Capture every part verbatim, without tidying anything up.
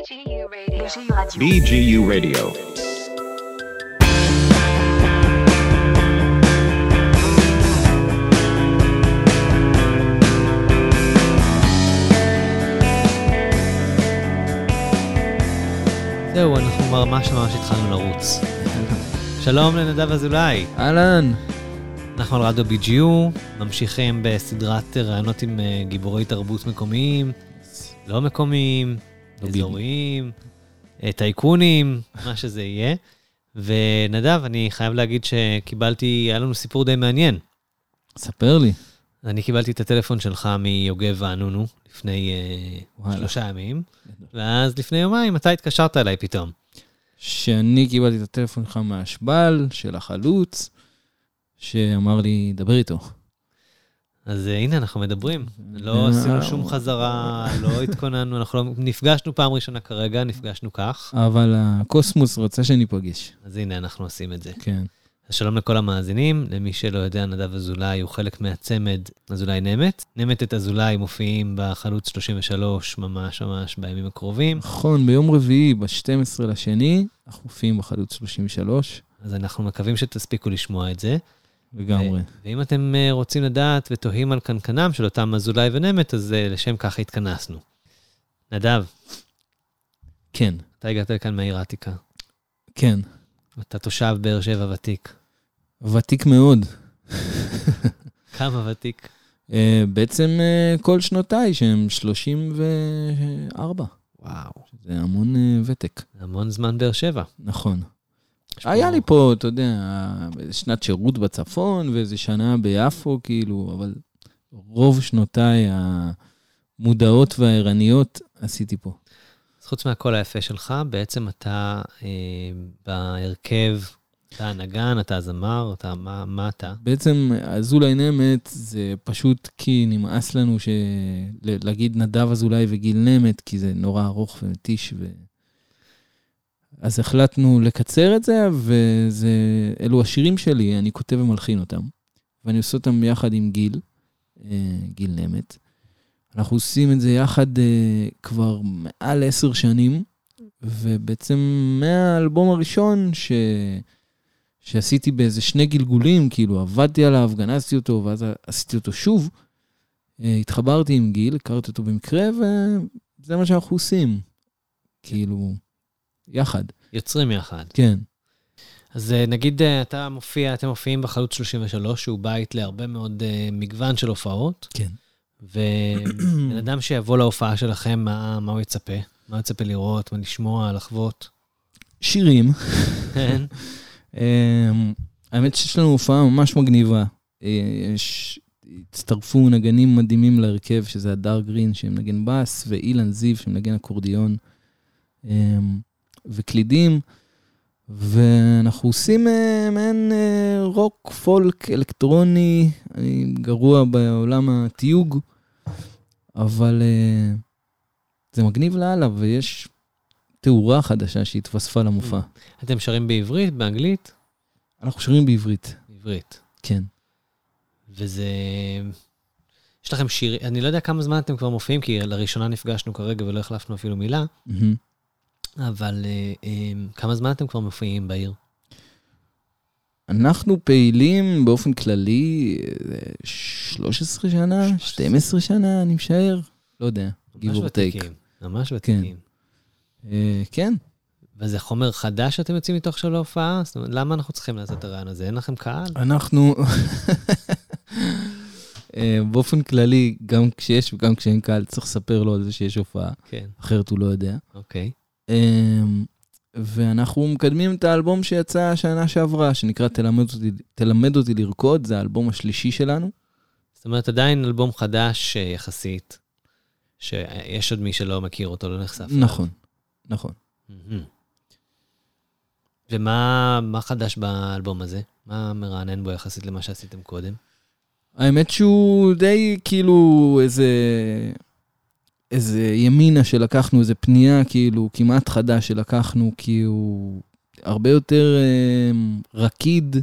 בי ג'י יו Radio. זהו, אנחנו ממש ממש התחלנו לרוץ. שלום לנדב אזולאי. אהלן. אנחנו על רדיו בי ג'י יו, ממשיכים בסדרת רעיונות עם גיבורי תרבות מקומיים, לא מקומיים, אזוריים, טייקונים, מה שזה יהיה. ונדב, אני חייב להגיד שקיבלתי, היה לנו סיפור די מעניין. ספר לי. אני קיבלתי את הטלפון שלך מיוגב וענונו לפני uh, שלושה ימים, ואז לפני יומיים אתה התקשרת אליי פתאום. שאני קיבלתי את הטלפון שלך מהשבל של החלוץ, שאמר לי, דבר איתו. אז הנה, אנחנו מדברים. לא עשינו שום חזרה, לא התכוננו, אנחנו לא נפגשנו פעם ראשונה כרגע, נפגשנו כך. אבל הקוסמוס רצה שניפגש. אז הנה, אנחנו עושים את זה. כן. אז שלום לכל המאזינים, למי שלא יודע, נדב אזולאי הוא חלק מהצמד אזולאי נמת. נמת את אזולאי מופיעים בחלוץ שלושים ושלוש, ממש ממש בימים הקרובים. נכון, ביום רביעי, ב-שנים עשר לשני, אנחנו מופיעים בחלוץ שלושים ושלוש. אז אנחנו מקווים שתספיקו לשמוע את זה. לגמרי. ואם אתם רוצים לדעת ותוהים על קנקנם של אותם אזולאי ונמת, אז לשם ככה התכנסנו. נדב. כן. אתה הגעת לכאן מהעיר העתיקה. כן. אתה תושב באר שבע ותיק. ותיק מאוד. כמה ותיק? בעצם כל שנותיי, שהם שלושים וארבע. וואו. זה המון ותק. המון זמן באר שבע. נכון. היה לי פה, אתה יודע, שנת שירות בצפון, ואיזה שנה ביפו, כאילו, אבל רוב שנותיי המודעות והערניות עשיתי פה. אז חוץ מהכל היפה שלך, בעצם אתה אה, בהרכב, אתה הנגן, אתה הזמר, אתה, מה, מה אתה? בעצם אזולאי נמת זה פשוט כי נמאס לנו של... להגיד נדב אזולאי וגיל נמת, כי זה נורא ארוך ומתיש ו... אז החלטנו לקצר את זה, ואלו השירים שלי, אני כותב ומלחין אותם, ואני עושה אותם יחד עם גיל, גיל נמת. אנחנו עושים את זה יחד כבר מעל עשר שנים, ובעצם מהאלבום הראשון ש... שעשיתי באיזה שני גלגולים, כאילו עבדתי עליו, גנזתי אותו, ואז עשיתי אותו שוב, התחברתי עם גיל, הכרתי אותו במקרה, וזה מה שאנחנו עושים. כאילו... יחד. יוצרים יחד. כן. אז נגיד, אתה מופיע, אתם מופיעים בחלוץ שלושים ושלוש, שהוא בית להרבה מאוד uh, מגוון של הופעות. כן. ובן אדם שיבוא להופעה שלכם, מה, מה הוא יצפה? מה הוא יצפה לראות, מה לשמוע, לחוות? שירים. כן. האמת שיש לנו הופעה ממש מגניבה. יש, הצטרפו נגנים מדהימים להרכב, שזה הדר גרין, שהם נגן בס, ואילן זיו, שהם נגן אקורדיון. וקלידים, ואנחנו עושים מעין רוק, פולק, אלקטרוני, אני גרוע בעולם התיוג, אבל זה מגניב לאללה, ויש תאורה חדשה שהתווספה למופע. אתם שרים בעברית, באנגלית? אנחנו שרים בעברית. בעברית. כן. וזה... יש לכם שיר... אני לא יודע כמה זמן אתם כבר מופיעים, כי לראשונה נפגשנו כרגע ולא החלפנו אפילו מילה. אבל כמה זמן אתם כבר מופיעים בעיר? אנחנו פעילים באופן כללי שלוש עשרה שנה, שתים עשרה שנה, אני משער. לא יודע, give or take. ממש ותיקים. כן. וזה חומר חדש שאתם יוצאים מתוך של ההופעה? זאת אומרת, למה אנחנו צריכים לעשות את הרעיון הזה? אין לכם קהל? אנחנו... באופן כללי, גם כשיש וגם כשאין קהל, צריך לספר לו על זה שיש הופעה. כן. אחרת הוא לא יודע. אוקיי. ואנחנו מקדמים את האלבום שיצא השנה שעברה, שנקרא תלמד אותי, תלמד אותי לרקוד, זה האלבום השלישי שלנו. זאת אומרת, עדיין אלבום חדש יחסית, שיש עוד מי שלא מכיר אותו, לא נחשף. נכון, נכון. ומה מה חדש באלבום הזה? מה מרענן בו יחסית למה שעשיתם קודם? האמת שהוא די כאילו איזה... איזה ימינה שלקחנו, איזה פנייה כאילו כמעט חדש שלקחנו, כי הוא הרבה יותר אה, רקיד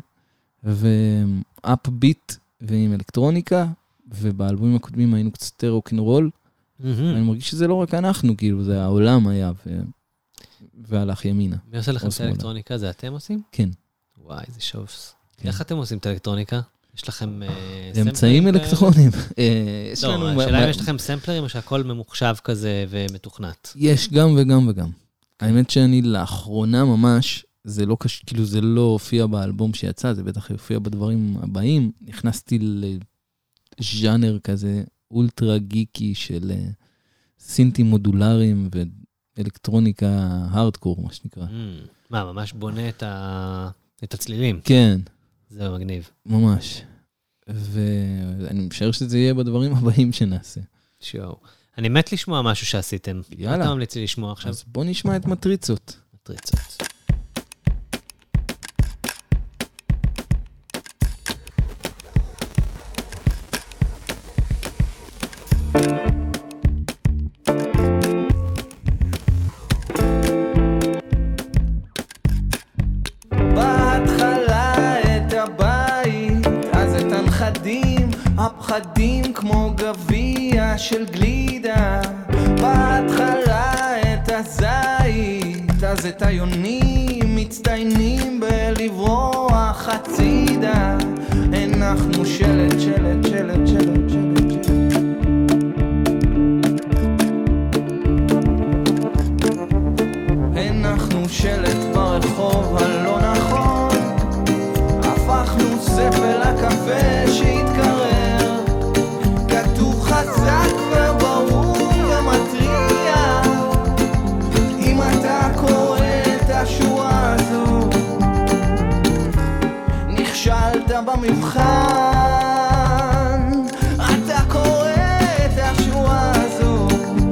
ואפ ביט ועם אלקטרוניקה, ובאלבומים הקודמים היינו קצת יותר רוק'נ'רול, אני מרגיש שזה לא רק אנחנו, כאילו, זה העולם היה, והלך ימינה. מי עושה לכם את האלקטרוניקה? זה אתם עושים? כן. וואי, זה שובס. איך אתם עושים את האלקטרוניקה? יש לכם אמצעים אלקטרוניים. לא, השאלה אם יש לכם סמפלרים או שהכל ממוחשב כזה ומתוכנת. יש גם וגם וגם. האמת שאני לאחרונה ממש, זה לא קש... כאילו זה לא הופיע באלבום שיצא, זה בטח יופיע בדברים הבאים. נכנסתי לז'אנר כזה אולטרה גיקי של סינטים מודולריים ואלקטרוניקה הארדקור, מה שנקרא. מה, ממש בונה את, ה... את הצלילים? כן. זה מגניב. ממש. ואני משער שזה יהיה בדברים הבאים שנעשה. שואו. אני מת לשמוע משהו שעשיתם. יאללה. מה אתה ממליץ לי לשמוע עכשיו? אז בוא נשמע את מטריצות. מטריצות. הפחדים כמו גביע של גלידה, בהתחלה את הזית, אז את היונים מצטיינים בלברוח הצידה, הנחנו שלט, שלט, שלט, שלט, שלט, שלט. הנחנו שלט ברחוב הלא נכון, הפכנו ספל הקפה שהתקרב, חזק וברור ומטריע, אם אתה קורא את השורה הזו, נכשלת במבחן, אתה קורא את השורה הזו.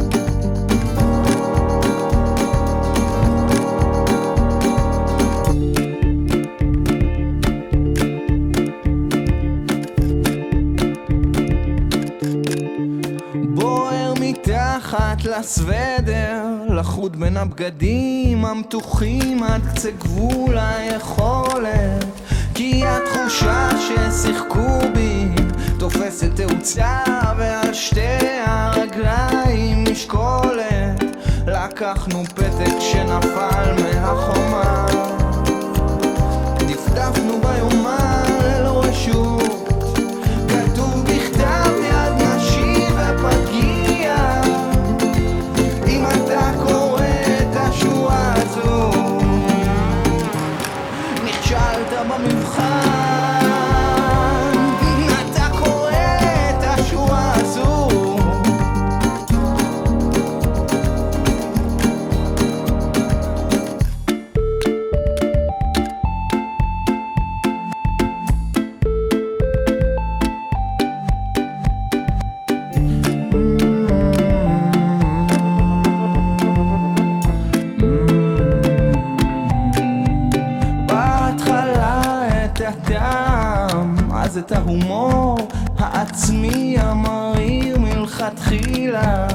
מתחת לסוודר, לחוד בין הבגדים המתוחים עד קצה גבול היכולת, כי התחושה ששיחקו בי תופסת תאוצה, ועל שתי הרגליים משקולת, לקחנו פתק שנפל מהחומה, דפדפנו ביומן ללא רשות, כתוב בכתב יד נשי ופגיע, אם אתה קורא את השורה הזו, נכשלת במבחן, אתה קורא את השורה הזו. אז את ההומור העצמי המריר מלכתחילה,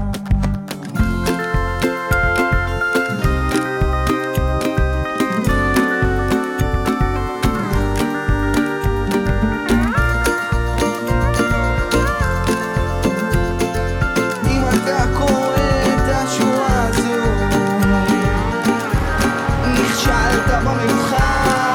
אם אתה קורא את השורה הזו, נכשלת במבחן,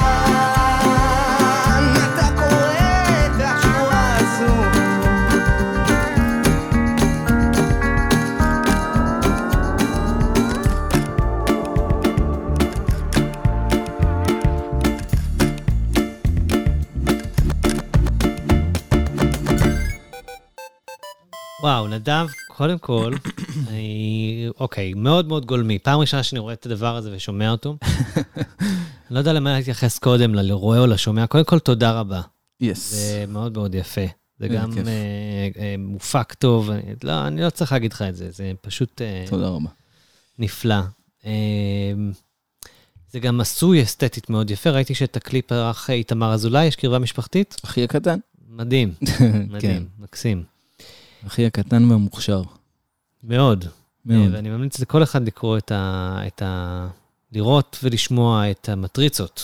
וואו, נדב, קודם כל, אני, אוקיי, מאוד מאוד גולמי. פעם ראשונה שאני רואה את הדבר הזה ושומע אותו. אני לא יודע למה להתייחס קודם, לרואה או לשומע. קודם כל, תודה רבה. Yes. זה מאוד מאוד יפה. זה גם אה, אה, מופק טוב. אני לא, אני לא צריך להגיד לך את זה, זה פשוט אה, תודה רבה. נפלא. אה, זה גם עשוי אסתטית מאוד יפה. ראיתי שאת הקליפ ערך איתמר אזולאי, יש קרבה משפחתית. אחי הקטן. מדהים, מדהים, מקסים. אחי הקטן והמוכשר. מאוד. מאוד. ואני ממליץ לכל אחד לקרוא את ה... את ה... לראות ולשמוע את המטריצות.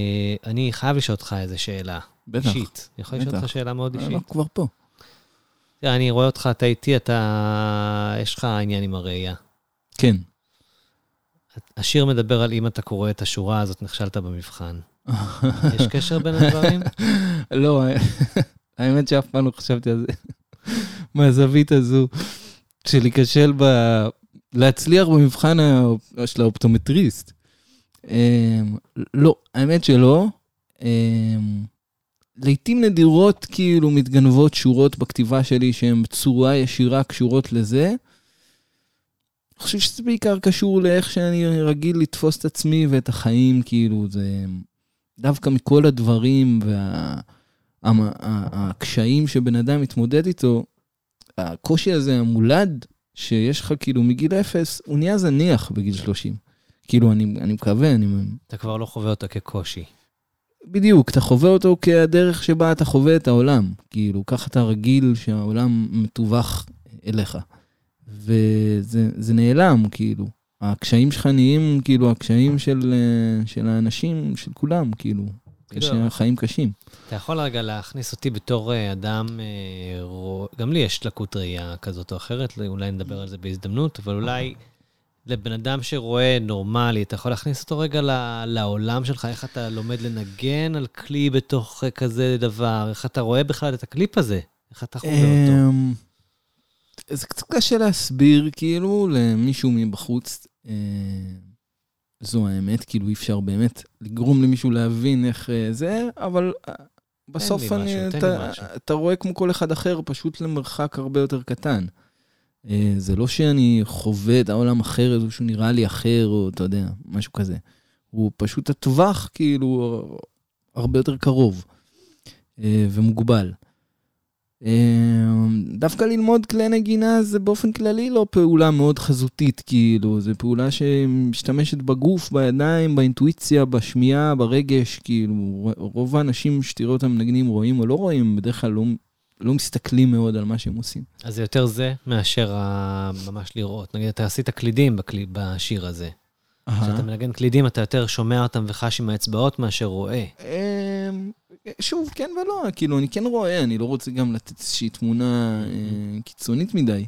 אני חייב לשאול אותך איזו שאלה. בטח. אישית. אני יכול לשאול אותך שאלה מאוד אישית. אנחנו כבר פה. תראה, אני רואה אותך, אתה איתי, אתה... יש לך עניין עם הראייה. כן. השיר מדבר על אם אתה קורא את השורה הזאת, נכשלת במבחן. יש קשר בין הדברים? לא, האמת שאף פעם לא חשבתי על זה. מהזווית הזו, שלהיכשל ב... להצליח במבחן של האופטומטריסט. לא, האמת שלא. לעתים נדירות כאילו מתגנבות שורות בכתיבה שלי שהן בצורה ישירה קשורות לזה. אני חושב שזה בעיקר קשור לאיך שאני רגיל לתפוס את עצמי ואת החיים, כאילו זה דווקא מכל הדברים והקשיים שבן אדם מתמודד איתו, הקושי הזה המולד שיש לך כאילו מגיל אפס, הוא נהיה זניח בגיל שלושים. כאילו אני, אני מקווה, אני... אתה כבר לא חווה אותה כקושי. בדיוק, אתה חווה אותו כדרך שבה אתה חווה את העולם. כאילו, ככה אתה רגיל שהעולם מתווך אליך. וזה זה נעלם, כאילו. הקשיים שלך נהיים, כאילו, הקשיים של, של האנשים, של כולם, כאילו. חיים קשים. אתה יכול רגע להכניס אותי בתור אדם, גם לי יש לקות ראייה כזאת או אחרת, אולי נדבר על זה בהזדמנות, אבל אולי לבן אדם שרואה נורמלי, אתה יכול להכניס אותו רגע לעולם שלך, איך אתה לומד לנגן על כלי בתוך כזה דבר, איך אתה רואה בכלל את הקליפ הזה, איך אתה חווה אותו. זה קצת קשה להסביר, כאילו, למישהו מבחוץ, זו האמת, כאילו אי אפשר באמת לגרום למישהו להבין איך זה, אבל בסוף אני, אתה, אתה רואה כמו כל אחד אחר, פשוט למרחק הרבה יותר קטן. זה לא שאני חווה את העולם אחר, זה שהוא נראה לי אחר, או אתה יודע, משהו כזה. הוא פשוט הטווח, כאילו, הרבה יותר קרוב ומוגבל. דווקא ללמוד כלי נגינה זה באופן כללי לא פעולה מאוד חזותית, כאילו, זה פעולה שמשתמשת בגוף, בידיים, באינטואיציה, בשמיעה, ברגש, כאילו, רוב האנשים שתראו אותם מנגנים רואים או לא רואים, בדרך כלל לא, לא מסתכלים מאוד על מה שהם עושים. אז זה יותר זה מאשר ממש לראות. נגיד, אתה עשית קלידים בקליד, בשיר הזה. כשאתה מנגן קלידים, אתה יותר שומע אותם וחש עם האצבעות מאשר רואה. שוב, כן ולא, כאילו, אני כן רואה, אני לא רוצה גם לתת איזושהי תמונה קיצונית מדי.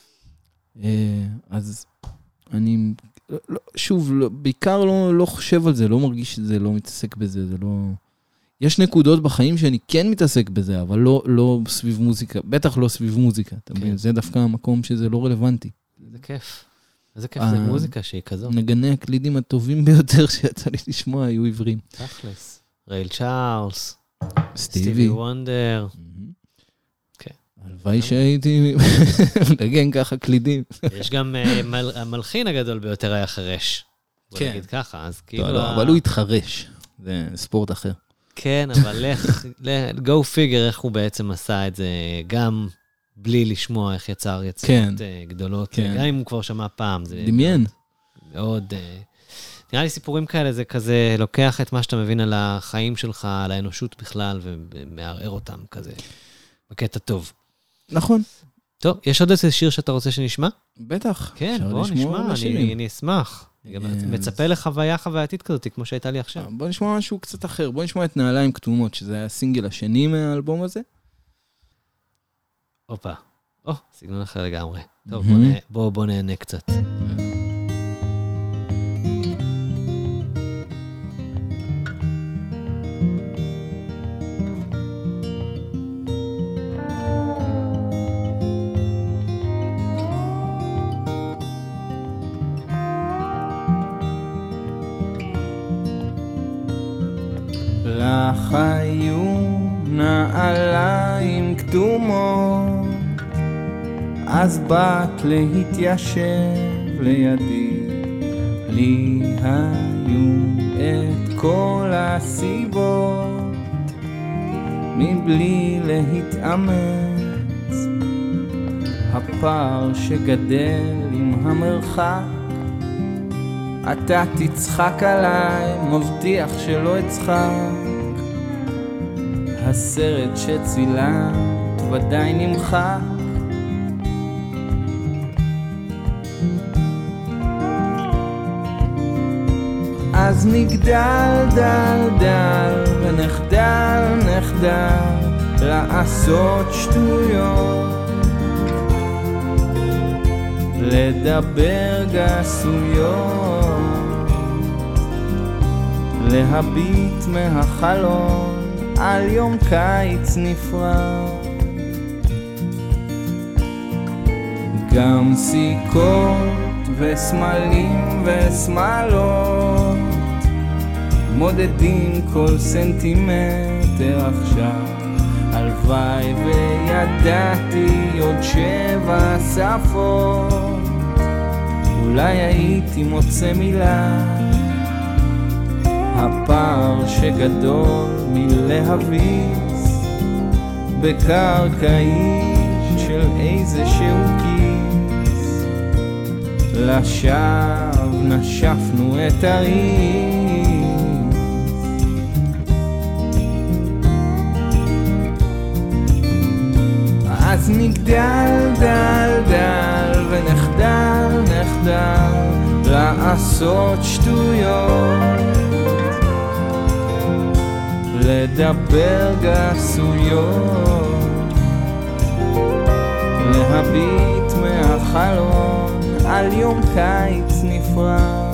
אז אני, שוב, בעיקר לא חושב על זה, לא מרגיש שזה, לא מתעסק בזה, זה לא... יש נקודות בחיים שאני כן מתעסק בזה, אבל לא סביב מוזיקה, בטח לא סביב מוזיקה, זה דווקא המקום שזה לא רלוונטי. זה כיף. איזה כיף, זה מוזיקה שהיא כזו. נגני הקלידים הטובים ביותר שיצא לי לשמוע היו עברים. תכלס. רייל צ'ארלס. סטיבי וונדר. הלוואי שהייתי מנגן ככה קלידים. יש גם המלחין הגדול ביותר היה חרש. בוא נגיד ככה, אז כאילו... אבל הוא התחרש. זה ספורט אחר. כן, אבל לך, go figure איך הוא בעצם עשה את זה, גם בלי לשמוע איך יצר יצירות גדולות. גם אם הוא כבר שמע פעם. דמיין. מאוד... נראה לי סיפורים כאלה, זה כזה, לוקח את מה שאתה מבין על החיים שלך, על האנושות בכלל, ומערער אותם כזה, בקטע טוב. נכון. טוב, יש עוד איזה שיר שאתה רוצה שנשמע? בטח. כן, בוא נשמע, אני, אני אשמח. אני גם מצפה לחוויה חווייתית כזאת, כמו שהייתה לי עכשיו. בוא נשמע משהו קצת אחר, בוא נשמע את נעליים כתומות, שזה היה הסינגל השני מהאלבום הזה. אופה, או, סגנון אחר לגמרי. טוב, בוא, בוא נהנה קצת. לך היו נעליים כתומות, אז באת להתיישב לידי, לי היו את כל הסיבות, מבלי להתאמץ, הפער שגדל עם המרחק, אתה תצחק עליי, מבטיח שלא אצחק, הסרט שצילמת ודאי נמחק, אז נגדל דל דל ונחדל נחדל לעשות שטויות, לדבר גסויות, להביט מהחלון על יום קיץ נפרד. גם סיכות וסמלים וסמלות מודדים כל סנטימטר עכשיו. הלוואי וידעתי עוד שבע שפות, אולי הייתי מוצא מילה. הפער שגדול מלהביס בקרקעית של איזה שהוא כיס, לשווא נשפנו את הריס. אז נגדל דל דל ונחדל נחדל לעשות שטויות, לדבר גסויות, להביט מהחלון על יום קיץ נפרד.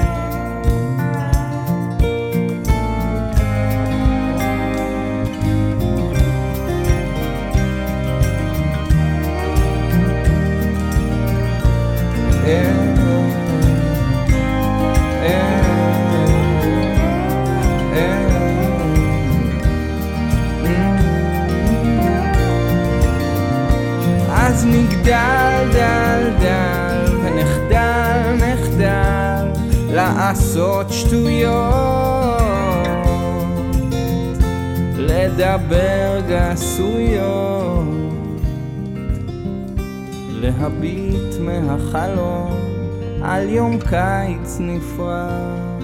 אז נגדל דל דל ונחדל נחדל לעשות שטויות, לדבר גסויות, להביט מהחלון על יום קיץ נפרד.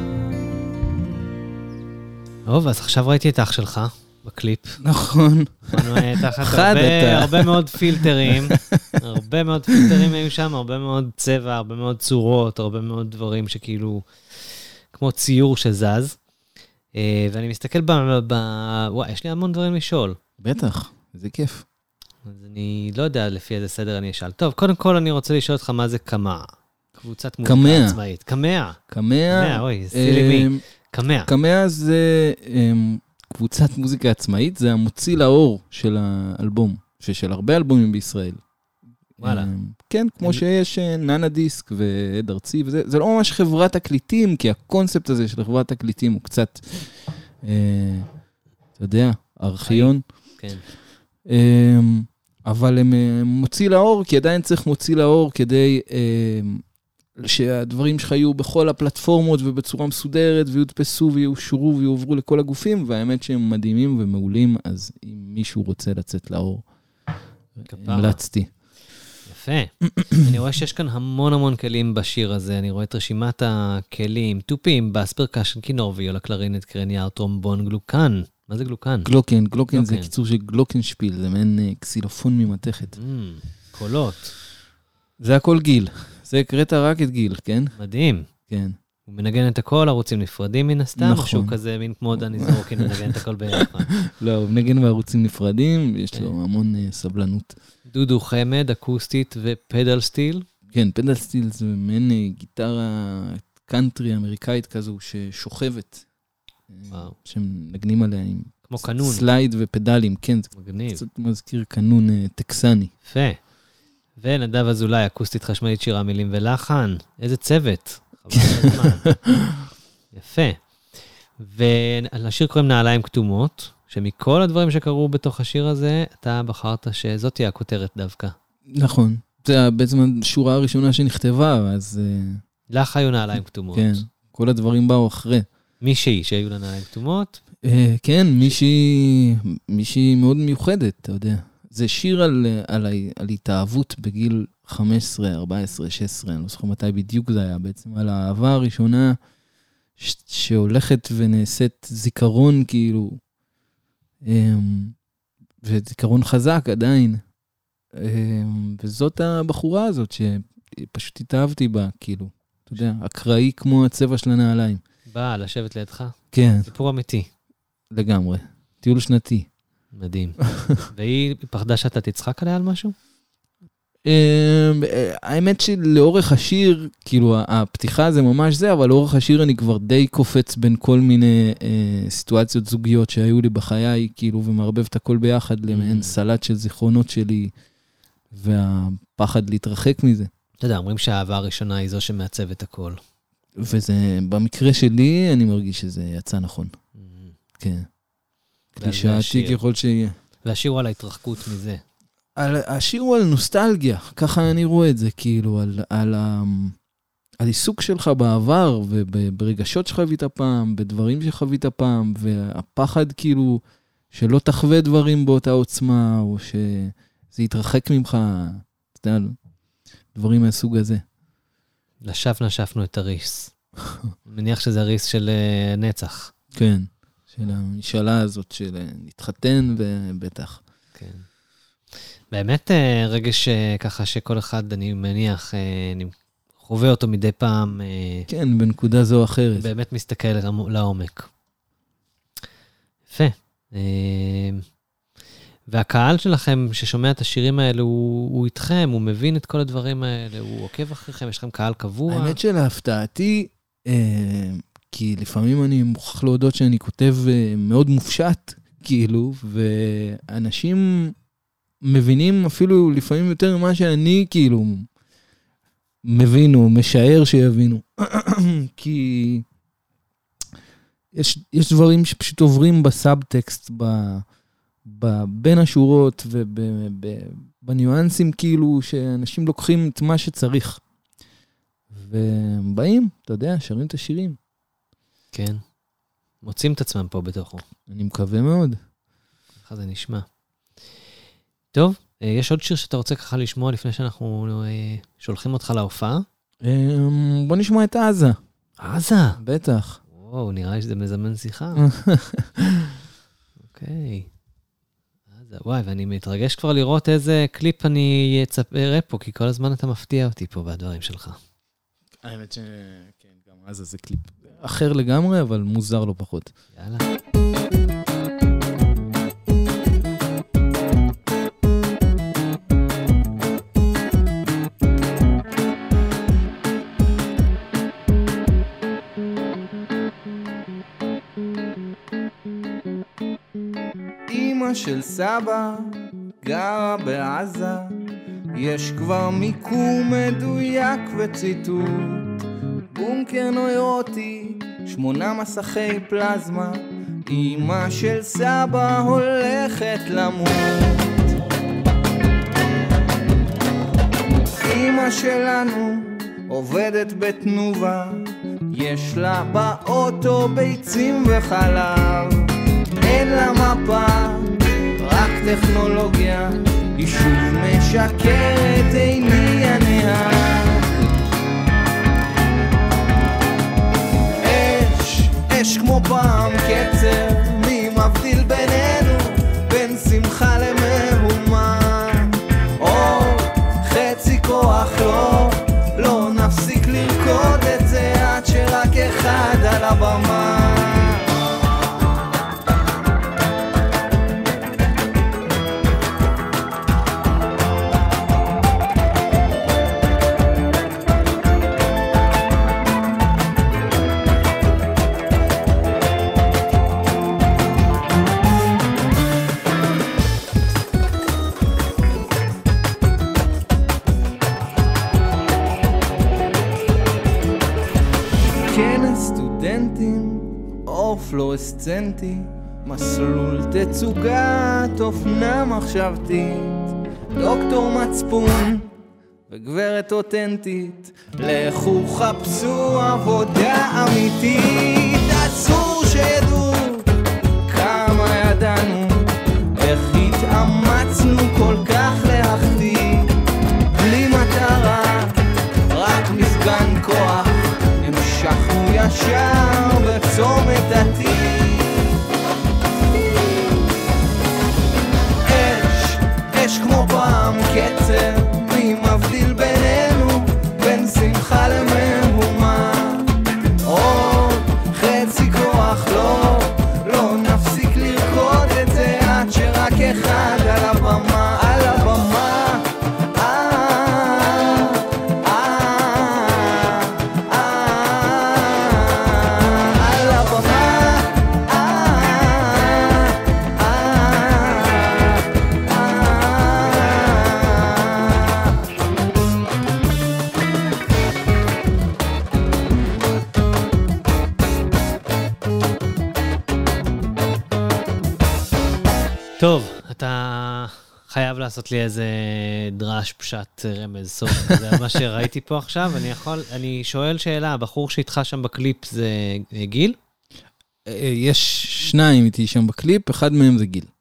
טוב, אז עכשיו ראיתי את אח שלך בקליפ. נכון. תחת הרבה, הרבה מאוד פילטרים, הרבה מאוד פילטרים היו שם, הרבה מאוד צבע, הרבה מאוד צורות, הרבה מאוד דברים שכאילו, כמו ציור שזז. ואני מסתכל ב... ב... וואי, יש לי המון דברים לשאול. בטח, זה כיף. אז אני לא יודע לפי איזה סדר אני אשאל. טוב, קודם כל אני רוצה לשאול אותך מה זה קמה. קבוצת מוזיקה עצמאית. קמה. קמה. אוי, סילי מי. קמה. קמה זה קבוצת מוזיקה עצמאית, זה המוציא לאור של האלבום, של הרבה אלבומים בישראל. וואלה. כן, כמו שיש ננה דיסק ועד ארצי, וזה, זה לא ממש חברת תקליטים, כי הקונספט הזה של חברת תקליטים הוא קצת, אתה יודע, ארכיון. כן. אבל הם מוציא לאור, כי עדיין צריך מוציא לאור כדי שהדברים שלך יהיו בכל הפלטפורמות ובצורה מסודרת, ויודפסו ויאושרו ויעוברו לכל הגופים, והאמת שהם מדהימים ומעולים, אז אם מישהו רוצה לצאת לאור, המלצתי. יפה. אני רואה שיש כאן המון המון כלים בשיר הזה, אני רואה את רשימת הכלים, טופים, בס, פרקשן, כינור, ויולה, קלרינט, קרניאר, טרומבון, גלוקן. מה זה גלוקן? גלוקן, גלוקן זה קיצור של גלוקנשפיל, זה מעין קסילופון ממתכת. קולות. זה הכל גיל. זה הקראת רק את גיל, כן? מדהים. כן. הוא מנגן את הכל, ערוצים נפרדים מן הסתם, נכון. או שהוא כזה מין כמו דני זורקין, מנגן את הכל ביחד. לא, הוא מנגן בערוצים נפרדים, יש לו המון סבלנות. דודו חמד, אקוסטית ופדל סטיל. כן, פדל סטיל זה מעין גיטרה קאנטרי אמריקאית כזו ששוכבת. וואו. שמנגנים עליה עם כמו קנון. סלייד ופדלים, כן, זה מגניב. קצת מזכיר קנון טקסני. יפה. ונדב אזולאי, אקוסטית חשמלית, שירה, מילים ולחן. איזה צוות. יפה. ולשיר קוראים נעליים כתומות, שמכל הדברים שקרו בתוך השיר הזה, אתה בחרת שזאת תהיה הכותרת דווקא. נכון. זה בעצם השורה הראשונה שנכתבה, אז... לך היו נעליים כתומות. כן, כל הדברים באו אחרי. מישהי שהיו לה נעליים כתומות? כן, מישהי, מישהי מאוד מיוחדת, אתה יודע. זה שיר על, על, על התאהבות בגיל חמש עשרה, ארבע עשרה, שש עשרה, אני לא זוכר מתי בדיוק זה היה, בעצם על האהבה הראשונה ש, שהולכת ונעשית זיכרון כאילו, וזיכרון חזק עדיין. וזאת הבחורה הזאת שפשוט התאהבתי בה, כאילו, אתה יודע, אקראי כמו הצבע של הנעליים. באה לשבת לידך? כן. סיפור אמיתי. לגמרי. טיול שנתי. מדהים. והיא פחדה שאתה תצחק עליה על משהו? האמת שלאורך השיר, כאילו הפתיחה זה ממש זה, אבל לאורך השיר אני כבר די קופץ בין כל מיני סיטואציות זוגיות שהיו לי בחיי, כאילו, ומערבב את הכל ביחד למעין סלט של זיכרונות שלי, והפחד להתרחק מזה. אתה יודע, אומרים שהאהבה הראשונה היא זו שמעצב את הכל. וזה, במקרה שלי, אני מרגיש שזה יצא נכון. כן. קלישאתי ככל שיהיה. והשיר הוא על ההתרחקות מזה. על, השיר הוא על נוסטלגיה, ככה אני רואה את זה, כאילו, על, על, על עיסוק שלך בעבר, וברגשות שחווית פעם, בדברים שחווית פעם, והפחד כאילו, שלא תחווה דברים באותה עוצמה, או שזה יתרחק ממך, אתה יודע, דברים מהסוג הזה. לשב נשפנו את הריס. מניח שזה הריס של uh, נצח. כן, של המשאלה הזאת של נתחתן ובטח. כן. באמת רגש ככה שכל אחד, אני מניח, אני חווה אותו מדי פעם. כן, בנקודה זו או אחרת. באמת מסתכל לעומק. יפה. והקהל שלכם ששומע את השירים האלה, הוא, הוא איתכם, הוא מבין את כל הדברים האלה, הוא עוקב אחריכם, יש לכם קהל קבוע. האמת שלהפתעתי, כי לפעמים אני מוכרח להודות שאני כותב מאוד מופשט, כאילו, ואנשים מבינים אפילו לפעמים יותר ממה שאני, כאילו, מבינו, משער שיבינו. כי יש, יש דברים שפשוט עוברים בסאבטקסט, ב, ב, בין השורות ובניואנסים, כאילו, שאנשים לוקחים את מה שצריך. ובאים, אתה יודע, שרים את השירים. כן. מוצאים את עצמם פה בתוכו. אני מקווה מאוד. ככה זה נשמע. טוב, יש עוד שיר שאתה רוצה ככה לשמוע לפני שאנחנו שולחים אותך להופעה? בוא נשמע את עזה. עזה? בטח. וואו, נראה לי שזה מזמן שיחה. אוקיי. עזה, וואי, ואני מתרגש כבר לראות איזה קליפ אני אראה פה, כי כל הזמן אתה מפתיע אותי פה בדברים שלך. האמת שכן, גם עזה זה קליפ אחר לגמרי, אבל מוזר לא פחות. יאללה. אמא של סבא גרה בעזה, יש כבר מיקום מדויק וציטוט, בונקר נוירוטי, שמונה מסכי פלזמה, אמא של סבא הולכת למות. אמא שלנו עובדת בתנובה, יש לה באוטו ביצים וחלב, אין לה מפה, רק טכנולוגיה, היא שוב משקרת, איני הנהג. אש, אש כמו פעם קצר, מי מבדיל בינינו, בין שמחה למהומה. עוד חצי כוח לא, לא נפסיק לרקוד את זה עד שרק אחד על הבמה. פלורסצנטי, מסלול תצוגת אופנה מחשבתית, דוקטור מצפון וגברת אותנטית, לכו חפשו עבודה אמיתית. אסור שידעו כמה ידענו, איך התאמצנו כל כך להחטיא, בלי מטרה, רק מפגן כוח, המשכנו ישר בצומת עתיד. אש, אש כמו פעם קצר, מי מבדיל בינינו, בין שמחה למהומה. עוד חצי כוח לא, לא נפסיק לרקוד את זה עד שרק אחד על הבמה, על הבמה. אה טוב, אתה חייב לעשות לי איזה דרש, פשט, רמז, סוף. זה מה שראיתי פה עכשיו. אני יכול, אני שואל שאלה, הבחור שאיתך שם בקליפ זה גיל? יש שניים איתי שם בקליפ, אחד מהם זה גיל.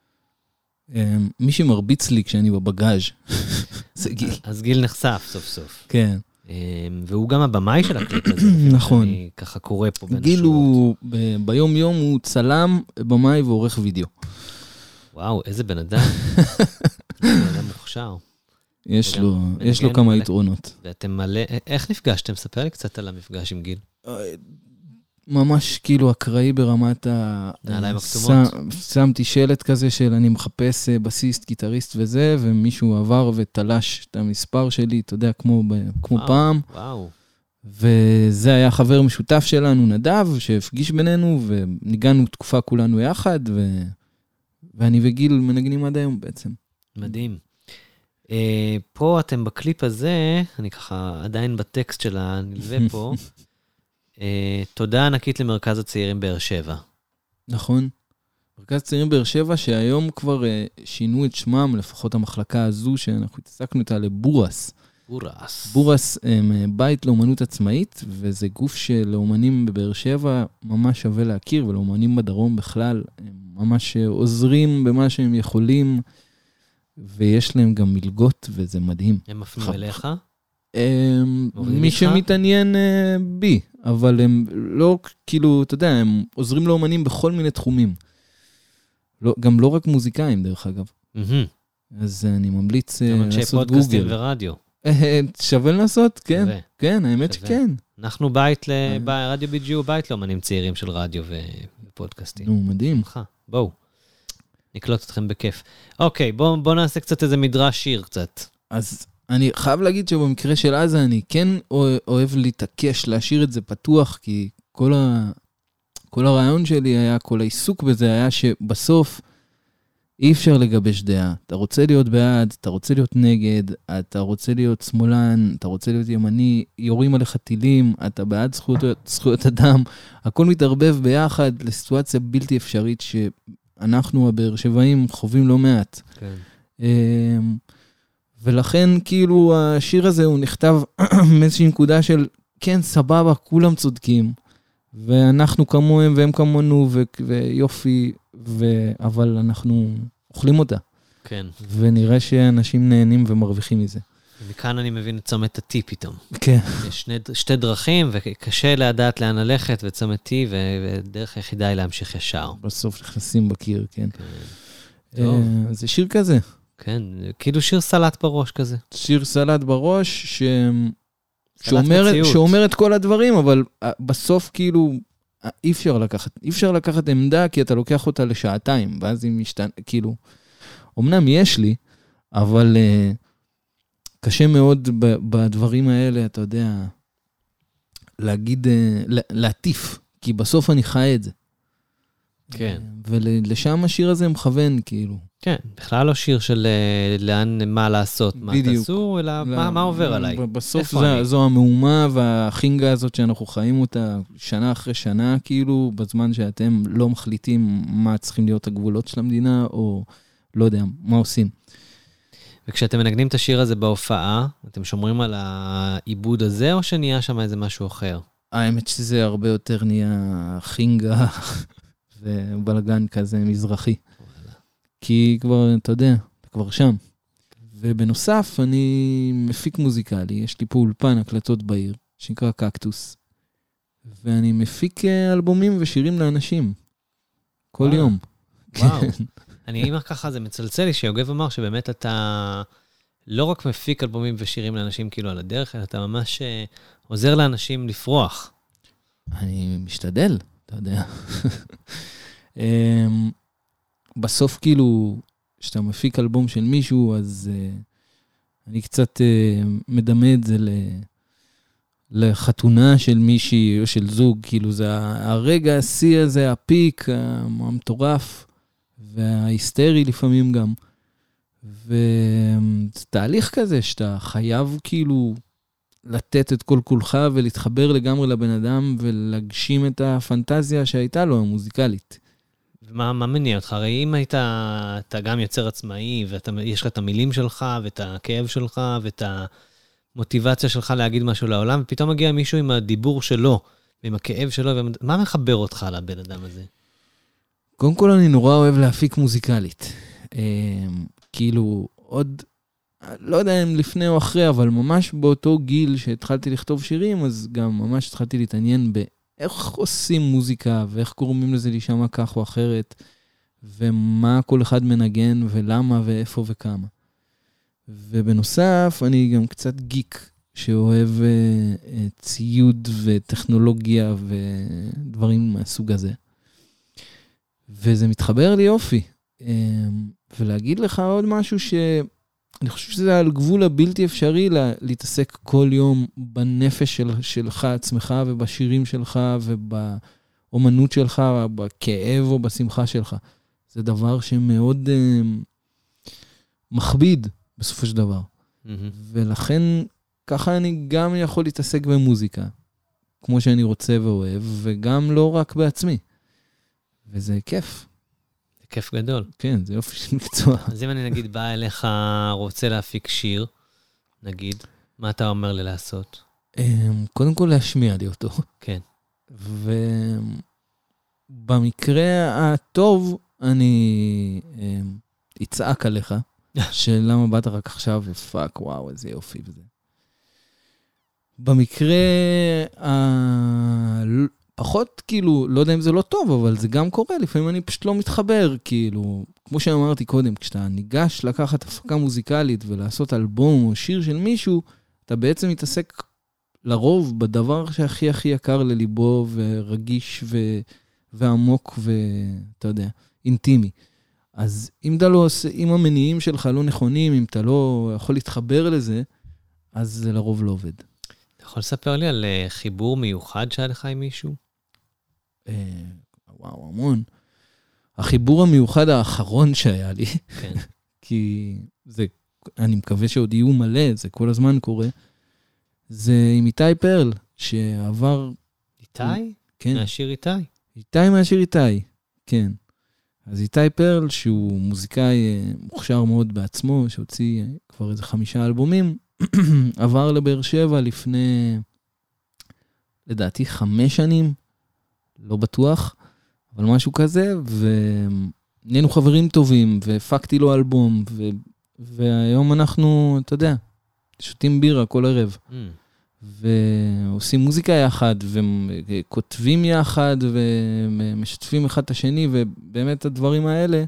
מי שמרביץ לי כשאני בבגאז' זה גיל. אז גיל נחשף סוף סוף. כן. והוא גם הבמאי של הקליפ הזה. נכון. אני ככה קורא פה בין השורות. גיל הוא, ביום יום הוא צלם, במאי ועורך וידאו. וואו, איזה בן אדם. בן אדם מוכשר. יש לו, יש לו כמה יתרונות. ואתם מלא, איך נפגשתם? ספר לי קצת על המפגש עם גיל. ממש כאילו אקראי ברמת ה... נעליים הכתומות. שמתי שלט כזה של אני מחפש בסיסט, גיטריסט וזה, ומישהו עבר ותלש את המספר שלי, אתה יודע, כמו, כמו וואו, פעם. וואו. וזה היה חבר משותף שלנו, נדב, שהפגיש בינינו, וניגענו תקופה כולנו יחד, ו... ואני וגיל מנגנים עד היום בעצם. מדהים. Uh, פה אתם בקליפ הזה, אני ככה עדיין בטקסט של הנלווה פה, uh, תודה ענקית למרכז הצעירים באר שבע. נכון. מרכז הצעירים באר שבע, שהיום כבר uh, שינו את שמם, לפחות המחלקה הזו, שאנחנו התעסקנו איתה לבורס. בורס. בורס הם בית לאומנות עצמאית, וזה גוף שלאומנים בבאר שבע ממש שווה להכיר, ולאומנים בדרום בכלל, הם ממש עוזרים במה שהם יכולים, ויש להם גם מלגות, וזה מדהים. הם מפנים אליך? מי שמתעניין בי, אבל הם לא, כאילו, אתה יודע, הם עוזרים לאומנים בכל מיני תחומים. גם לא רק מוזיקאים, דרך אגב. אז אני ממליץ לעשות גוגל. גם אנשי פודקאסטים ורדיו. שווה לעשות, כן. כן, האמת שכן. אנחנו בית לרדיו בי ג'י יו, בית לאומנים צעירים של רדיו ופודקאסטים. נו, מדהים. בואו, נקלוט אתכם בכיף. אוקיי, בואו נעשה קצת איזה מדרש שיר קצת. אז אני חייב להגיד שבמקרה של עזה, אני כן אוהב להתעקש, להשאיר את זה פתוח, כי כל ה... כל הרעיון שלי היה, כל העיסוק בזה היה שבסוף אי אפשר לגבש דעה. אתה רוצה להיות בעד, אתה רוצה להיות נגד, אתה רוצה להיות שמאלן, אתה רוצה להיות ימני, יורים עליך טילים, אתה בעד זכויות, זכויות אדם. הכל מתערבב ביחד לסיטואציה בלתי אפשרית שאנחנו הבאר שבעים חווים לא מעט. כן. ולכן כאילו השיר הזה הוא נכתב מאיזושהי נקודה של כן, סבבה, כולם צודקים. ואנחנו כמוהם והם כמונו, ו- ויופי, ו- אבל אנחנו אוכלים אותה. כן. ונראה שאנשים נהנים ומרוויחים מזה. ומכאן אני מבין את צומת הטי פתאום. כן. יש שני, שתי דרכים, וקשה לדעת לאן ללכת, וצומת טי, ודרך היחידה היא להמשיך ישר. בסוף נכנסים בקיר, כן. כן. טוב. זה שיר כזה. כן, כאילו שיר סלט בראש כזה. שיר סלט בראש, ש... שאומר, שאומר את כל הדברים, אבל בסוף כאילו אי אפשר לקחת, אי אפשר לקחת עמדה, כי אתה לוקח אותה לשעתיים, ואז היא משתנה, כאילו, אמנם יש לי, אבל uh, קשה מאוד בדברים האלה, אתה יודע, להגיד, uh, להטיף, כי בסוף אני חי את זה. כן. ולשם השיר הזה מכוון, כאילו. כן, בכלל לא שיר של לאן, מה לעשות, מה תעשו, אלא מה, מה עובר עליי. בסוף זו, זו המהומה והחינגה הזאת שאנחנו חיים אותה שנה אחרי שנה, כאילו, בזמן שאתם לא מחליטים מה צריכים להיות הגבולות של המדינה, או לא יודע, מה עושים. וכשאתם מנגנים את השיר הזה בהופעה, אתם שומרים על העיבוד הזה, או שנהיה שם איזה משהו אחר? האמת שזה הרבה יותר נהיה חינגה ובלגן כזה מזרחי. כי כבר, אתה יודע, אתה כבר שם. ובנוסף, אני מפיק מוזיקלי. יש לי פה אולפן הקלטות בעיר, שנקרא קקטוס. ואני מפיק אלבומים ושירים לאנשים. כל יום. וואו. אני אומר ככה, זה מצלצל לי שיוגב אמר שבאמת אתה לא רק מפיק אלבומים ושירים לאנשים כאילו על הדרך, אלא אתה ממש עוזר לאנשים לפרוח. אני משתדל, אתה יודע. בסוף כאילו, כשאתה מפיק אלבום של מישהו, אז uh, אני קצת uh, מדמה את זה ל, לחתונה של מישהי או של זוג, כאילו זה הרגע השיא הזה, הפיק, המטורף, וההיסטרי לפעמים גם. וזה תהליך כזה שאתה חייב כאילו לתת את כל כולך ולהתחבר לגמרי לבן אדם ולהגשים את הפנטזיה שהייתה לו, המוזיקלית. מה, מה מניע אותך? הרי אם היית, אתה גם יוצר עצמאי, ויש לך את המילים שלך, ואת הכאב שלך, ואת המוטיבציה שלך להגיד משהו לעולם, ופתאום מגיע מישהו עם הדיבור שלו, ועם הכאב שלו, מה מחבר אותך לבן אדם הזה? קודם כל אני נורא אוהב להפיק מוזיקלית. כאילו, עוד, לא יודע אם לפני או אחרי, אבל ממש באותו גיל שהתחלתי לכתוב שירים, אז גם ממש התחלתי להתעניין באיך עושים מוזיקה, ואיך גורמים לזה להישמע כך או אחרת, ומה כל אחד מנגן, ולמה ואיפה וכמה. ובנוסף, אני גם קצת גיק, שאוהב ציוד וטכנולוגיה ודברים מהסוג הזה. וזה מתחבר לי יופי. ולהגיד לך עוד משהו שאני חושב שזה על גבול הבלתי אפשרי להתעסק כל יום בנפש של, שלך עצמך ובשירים שלך ובאומנות שלך, בכאב או בשמחה שלך. זה דבר שמאוד uh, מכביד בסופו של דבר. Mm-hmm. ולכן ככה אני גם יכול להתעסק במוזיקה, כמו שאני רוצה ואוהב, וגם לא רק בעצמי. וזה כיף. זה כיף גדול. כן, זה יופי של מקצוע. אז אם אני נגיד בא אליך, רוצה להפיק שיר, נגיד, מה אתה אומר לי לעשות? קודם כל להשמיע לי אותו. כן. ובמקרה הטוב, אני אצעק עליך, שלמה באת רק עכשיו, ופאק, וואו, איזה יופי וזה. במקרה פחות, כאילו, לא יודע אם זה לא טוב, אבל זה גם קורה, לפעמים אני פשוט לא מתחבר, כאילו, כמו שאמרתי קודם, כשאתה ניגש לקחת הפקה מוזיקלית ולעשות אלבום או שיר של מישהו, אתה בעצם מתעסק לרוב בדבר שהכי הכי יקר לליבו ורגיש ו... ועמוק ואתה יודע, אינטימי. אז אם אתה לא עושה, אם המניעים שלך לא נכונים, אם אתה לא יכול להתחבר לזה, אז זה לרוב לא עובד. אתה יכול לספר לי על חיבור מיוחד שהיה לך עם מישהו? וואו, המון. החיבור המיוחד האחרון שהיה לי, כן. כי זה, אני מקווה שעוד יהיו מלא, זה כל הזמן קורה, זה עם איתי פרל, שעבר... איתי? כן. מהשיר איתי? איתי מהשיר איתי, כן. אז איתי פרל, שהוא מוזיקאי מוכשר מאוד בעצמו, שהוציא כבר איזה חמישה אלבומים, עבר לבאר שבע לפני, לדעתי, חמש שנים, לא בטוח, אבל משהו כזה, ונהיינו חברים טובים, והפקתי לו אלבום, ו... והיום אנחנו, אתה יודע, שותים בירה כל ערב, mm. ועושים מוזיקה יחד, וכותבים יחד, ומשתפים אחד את השני, ובאמת הדברים האלה,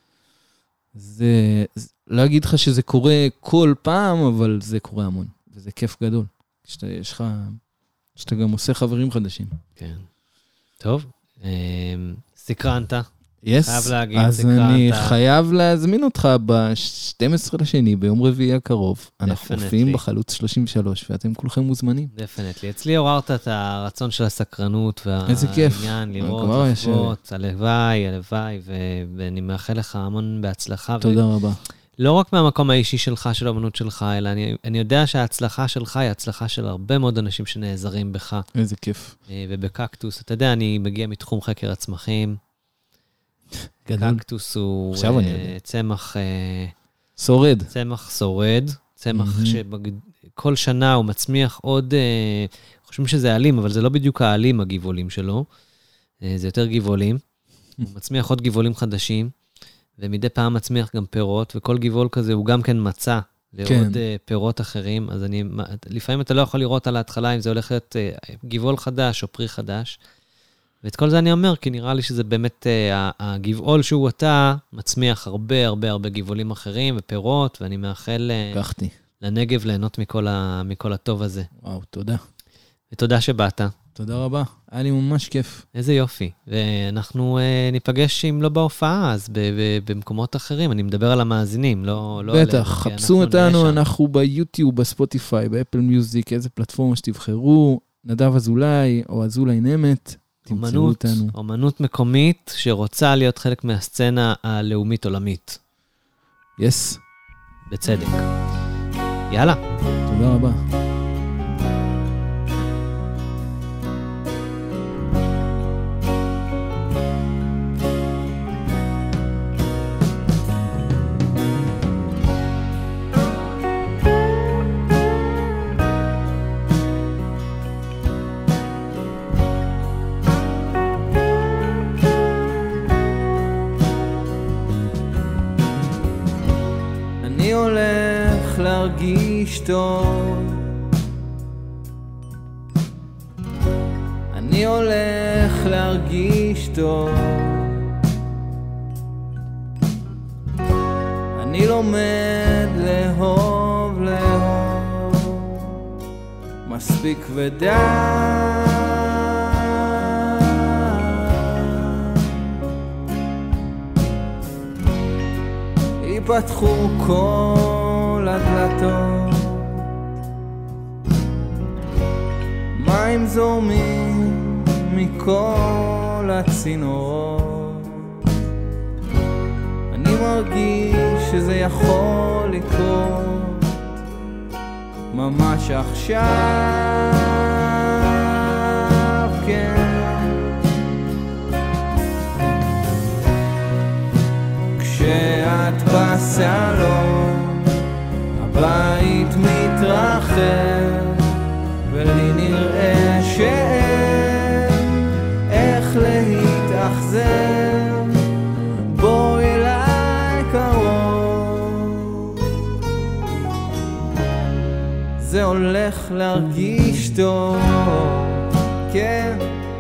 זה, לא אגיד לך שזה קורה כל פעם, אבל זה קורה המון, וזה כיף גדול. שאתה, יש לך, שאתה גם עושה חברים חדשים. כן. טוב, סקרנת. Yes, חייב להגיד, אז סקרנת. אני חייב להזמין אותך ב-שנים עשר לשני, ביום רביעי הקרוב. אנחנו הופעים בחלוץ שלושים ושלוש, ואתם כולכם מוזמנים. דפנטלי. אצלי עוררת את הרצון של הסקרנות, איזה כיף. והעניין לראות, לחוות, הלוואי, הלוואי, ואני מאחל לך המון בהצלחה. תודה רבה. לא רק מהמקום האישי שלך, של האמנות שלך, אלא אני, אני יודע שההצלחה שלך היא הצלחה של הרבה מאוד אנשים שנעזרים בך. איזה כיף. ובקקטוס, אתה יודע, אני מגיע מתחום חקר הצמחים. גדול. קקטוס הוא צמח... שורד. צמח שורד. צמח שכל שנה הוא מצמיח עוד... חושבים שזה העלים, אבל זה לא בדיוק העלים, הגיבולים שלו. זה יותר גיבולים. הוא מצמיח עוד גיבולים חדשים. ומדי פעם מצמיח גם פירות, וכל גיבול כזה הוא גם כן מצא לעוד כן. פירות אחרים, אז אני, לפעמים אתה לא יכול לראות על ההתחלה אם זה הולך להיות גיבול חדש או פרי חדש, ואת כל זה אני אומר, כי נראה לי שזה באמת, הגבעול שהוא אתה, מצמיח הרבה הרבה הרבה גיבולים אחרים ופירות, ואני מאחל לקחתי. לנגב ליהנות מכל, ה, מכל הטוב הזה. וואו, תודה. ותודה שבאת. תודה רבה, היה לי ממש כיף. איזה יופי, ואנחנו אה, ניפגש אם לא בהופעה, אז ב- ב- במקומות אחרים, אני מדבר על המאזינים, לא... לא בטח, חפשו אותנו, אנחנו ביוטיוב, בספוטיפיי, באפל מיוזיק, איזה פלטפורמה שתבחרו, נדב אזולאי או אזולאי נמת, תמצאו אותנו. אומנות מקומית שרוצה להיות חלק מהסצנה הלאומית עולמית. יס. בצדק. יאללה. תודה רבה. להרגיש טוב. אני הולך להרגיש טוב. אני לומד לאהוב, לאהוב מספיק ודי. ייפתחו כל הדלתות, מים זורמים מכל הצינורות. אני מרגיש שזה יכול לקרות ממש עכשיו, כן. כשאת בסלון, הבית מתרחב, ולי נראה שאין איך להתאכזר. בואי אליי קרוב, זה הולך להרגיש טוב, כן.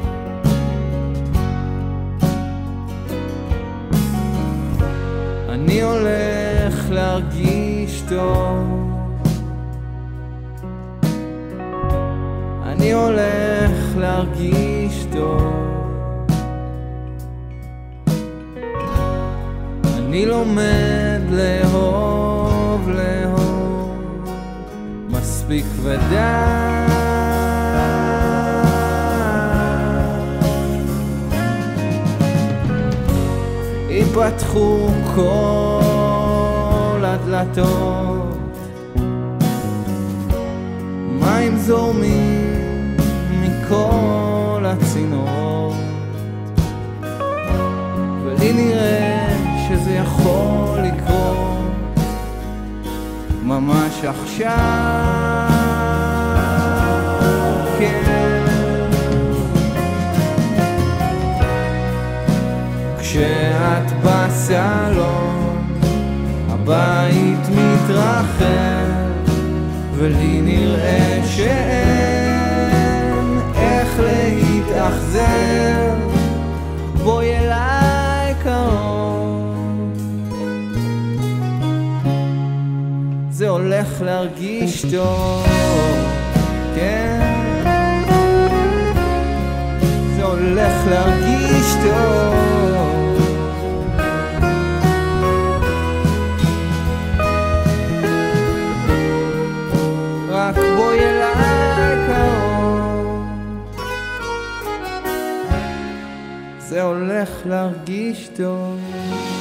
אני הולך להרגיש טוב. אני הולך להרגיש טוב. אני לומד לאהוב, לאהוב מספיק ודי. ייפתחו כל הדלתות, מים זורמים מכל הצינורות, ולי נראה שזה יכול לקרות ממש עכשיו, כן. כשאת בסלון, הבית מתרחב, ולי נראה שאין איך להתאכזר. בואי אליי קרוב, זה הולך להרגיש טוב, כן. זה הולך להרגיש טוב. רק בואי אליי קרוב, זה הולך להרגיש טוב.